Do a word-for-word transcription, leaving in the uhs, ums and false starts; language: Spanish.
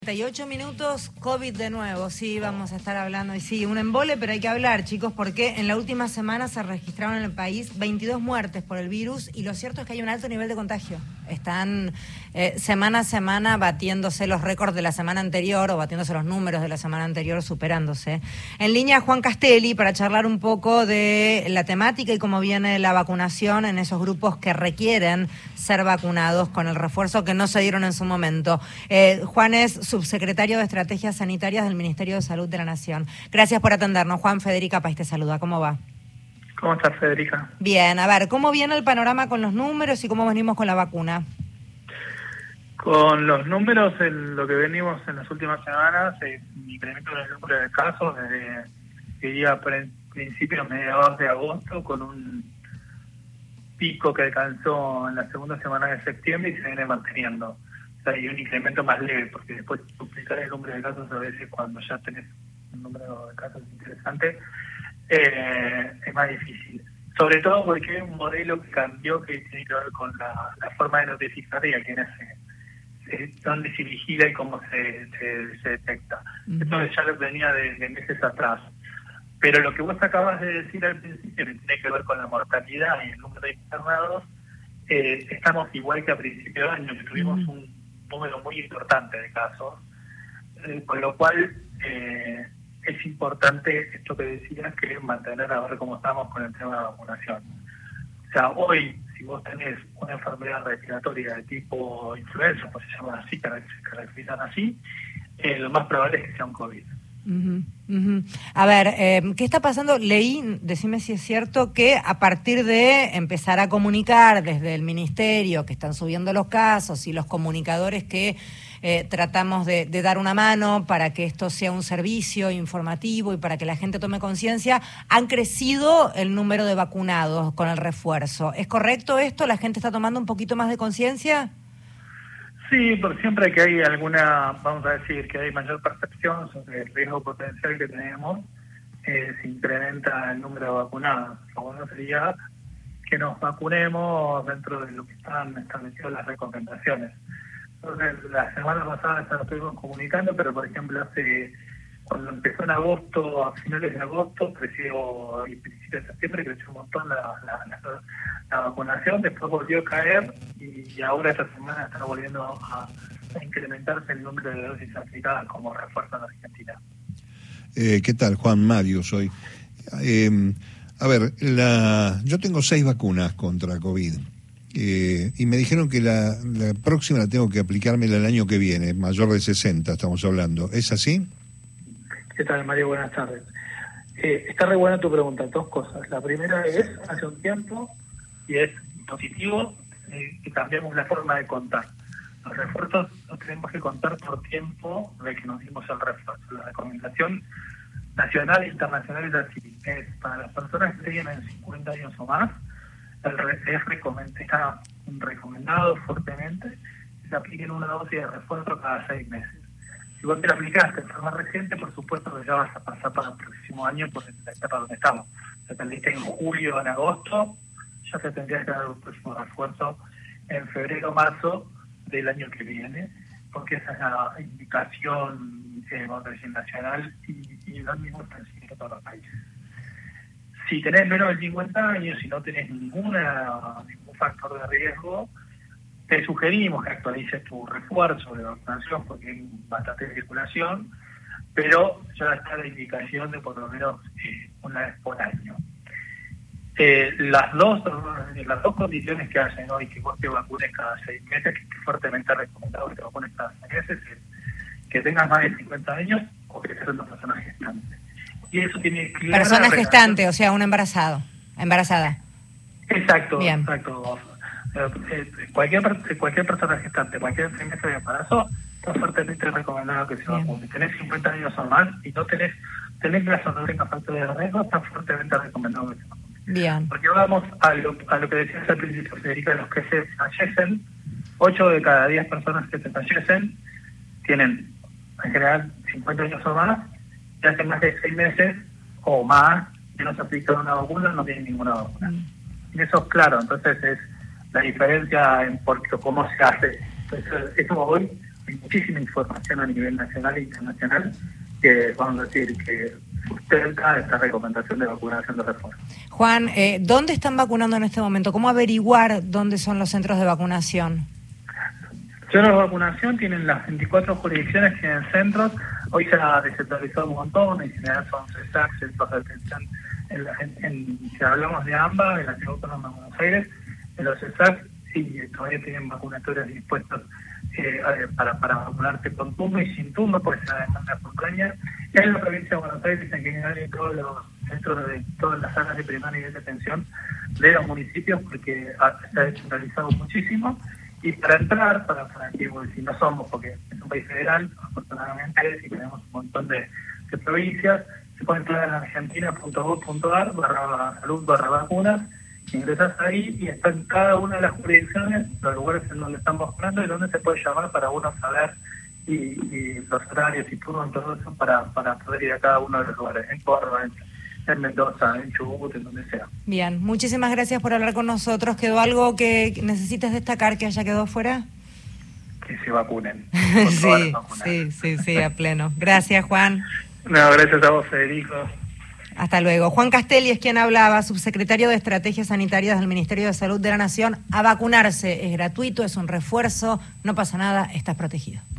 treinta y ocho minutos, COVID de nuevo, sí, vamos a estar hablando, y sí, un embole, pero hay que hablar, chicos, porque en la última semana se registraron en el país veintidós muertes por el virus, y lo cierto es que hay un alto nivel de contagio. Están eh, semana a semana batiéndose los récords de la semana anterior, o batiéndose los números de la semana anterior, superándose. En línea, Juan Castelli, para charlar un poco de la temática y cómo viene la vacunación en esos grupos que requieren ser vacunados con el refuerzo que no se dieron en su momento. Eh, Juan es subsecretario de Estrategias Sanitarias del Ministerio de Salud de la Nación. Gracias por atendernos, Juan. Federica País te saluda. ¿Cómo va? ¿Cómo estás, Federica? Bien, a ver, ¿cómo viene el panorama con los números y cómo venimos con la vacuna? Con los números, en lo que venimos en las últimas semanas, es un incremento en el número de casos desde, diría, principios, mediados de agosto, con un pico que alcanzó en la segunda semana de septiembre y se viene manteniendo. O sea, hay un incremento más leve, porque después duplicar el número de casos a veces cuando ya tenés un número de casos interesante, eh, es más difícil. Sobre todo porque hay un modelo que cambió que tiene que ver con la, la forma de notificar y a quienes se, se, dónde se vigila y cómo se, se, se detecta. Uh-huh. Esto ya lo venía de, de meses atrás. Pero lo que vos acabas de decir al principio, que tiene que ver con la mortalidad y el número de internados, eh, estamos igual que a principio de año, que tuvimos uh-huh. un número muy importante de casos, eh, con lo cual eh, es importante esto que decías, que es mantener a ver cómo estamos con el tema de la vacunación. O sea, hoy, si vos tenés una enfermedad respiratoria de tipo influenza, pues se llaman así, se caracterizan así, eh, lo más probable es que sea un COVID. Uh-huh, uh-huh. A ver, eh, ¿qué está pasando? Leí, decime si es cierto, que a partir de empezar a comunicar desde el ministerio que están subiendo los casos y los comunicadores que eh, tratamos de, de dar una mano para que esto sea un servicio informativo y para que la gente tome conciencia, han crecido el número de vacunados con el refuerzo. ¿Es correcto esto? ¿La gente está tomando un poquito más de conciencia? Sí, porque siempre que hay alguna, vamos a decir, que hay mayor percepción sobre el riesgo potencial que tenemos, eh, se incrementa el número de vacunados. Lo bueno sería que nos vacunemos dentro de lo que están establecidas las recomendaciones. Entonces, la semana pasada ya lo estuvimos comunicando, pero por ejemplo, hace cuando empezó en agosto, a finales de agosto, creció, y principios de septiembre, creció un montón la, la, la, la vacunación, después volvió a caer y ahora esta semana está volviendo a, a incrementarse el número de dosis aplicadas como refuerzo en Argentina. Eh, ¿Qué tal, Juan? Mario soy. Eh, a ver, la, yo tengo seis vacunas contra COVID eh, y me dijeron que la, la próxima la tengo que aplicármela el año que viene, mayor de sesenta estamos hablando. ¿Es así? ¿Qué tal, Mario? Buenas tardes. Eh, está re buena tu pregunta, dos cosas. La primera es, hace un tiempo, y es positivo, eh, que cambiamos la forma de contar. Los refuerzos los tenemos que contar por tiempo de que nos dimos el refuerzo. La recomendación nacional e internacional es así. Es para las personas que tienen cincuenta años o más, el es recomend, está recomendado fuertemente que se apliquen una dosis de refuerzo cada seis meses. Si vos te la aplicaste de forma reciente, por supuesto que ya vas a pasar para el próximo año por la etapa donde estamos. Si te aplicaste en julio o en agosto, ya te tendrías que dar un próximo refuerzo en febrero o marzo del año que viene, porque esa es la indicación eh, nacional y, y lo mismo está en todos los países. Si tenés menos de cincuenta años, si no tenés ninguna ningún factor de riesgo, te sugerimos que actualices tu refuerzo de vacunación porque hay bastante circulación, pero ya está la indicación de por lo menos eh, una vez por año. Eh, las dos las dos condiciones que hacen hoy que vos te vacunes cada seis meses, que es fuertemente recomendado que te vacunes cada seis meses, es que tengas más de cincuenta años o que seas una persona gestante. Y eso tiene clara persona relación. Gestante, o sea, un embarazado, embarazada. Exacto, Bien. exacto. Eh, cualquier cualquier persona gestante, cualquier trimestre de embarazo, está fuertemente recomendado que se vacune. Si tenés cincuenta años o más y no tenés, tenés razón, no tengas factor de riesgo, está fuertemente recomendado que se vacune. Bien. Porque vamos a lo, a lo que decías al principio, Federica, los que se fallecen, ocho de cada diez personas que se fallecen tienen, en general, cincuenta años o más, y hace más de seis meses o más que no se aplica una vacuna, no tienen ninguna vacuna. Mm. Y eso es claro, entonces es la diferencia en por cómo se hace. Entonces, eso hoy hay muchísima información a nivel nacional e internacional que vamos a decir que sustenta esta recomendación de vacunación de refuerzo. Juan, eh, ¿dónde están vacunando en este momento? ¿Cómo averiguar dónde son los centros de vacunación? Los centros de vacunación tienen las veinticuatro jurisdicciones, tienen centros. Hoy se ha descentralizado un montón, en general son C E S A C, centros de atención. En, la, en, en, si hablamos de AMBA, en la Ciudad Autónoma de Buenos Aires, en los C E S A C sí, todavía tienen vacunatorios dispuestos eh, para, para vacunarte con turno y sin turno, porque se demanda espontánea. Y en la provincia de Buenos Aires, en general, en todos los centros de todas las salas de primer nivel de atención de los municipios, porque ha, se ha descentralizado muchísimo. Y para entrar, para, para que, bueno, si no somos, porque es un país federal, afortunadamente, y tenemos un montón de, de provincias, se puede entrar en argentina punto gov punto ar barra salud barra vacunas, ingresas ahí y está en cada una de las jurisdicciones, los lugares en donde están vacunando y donde se puede llamar para uno saber y, y los horarios y turnos, todo eso para, para poder ir a cada uno de los lugares, en Córdoba, en, en Mendoza, en Chubut, en donde sea. Bien, muchísimas gracias por hablar con nosotros. ¿Quedó algo que necesites destacar que haya quedado fuera? Que se vacunen. sí, sí, sí, sí, a pleno. Gracias, Juan. No, gracias a vos, Federico. Hasta luego. Juan Castelli es quien hablaba, subsecretario de Estrategias Sanitarias del Ministerio de Salud de la Nación. A vacunarse es gratuito, es un refuerzo, no pasa nada, estás protegido.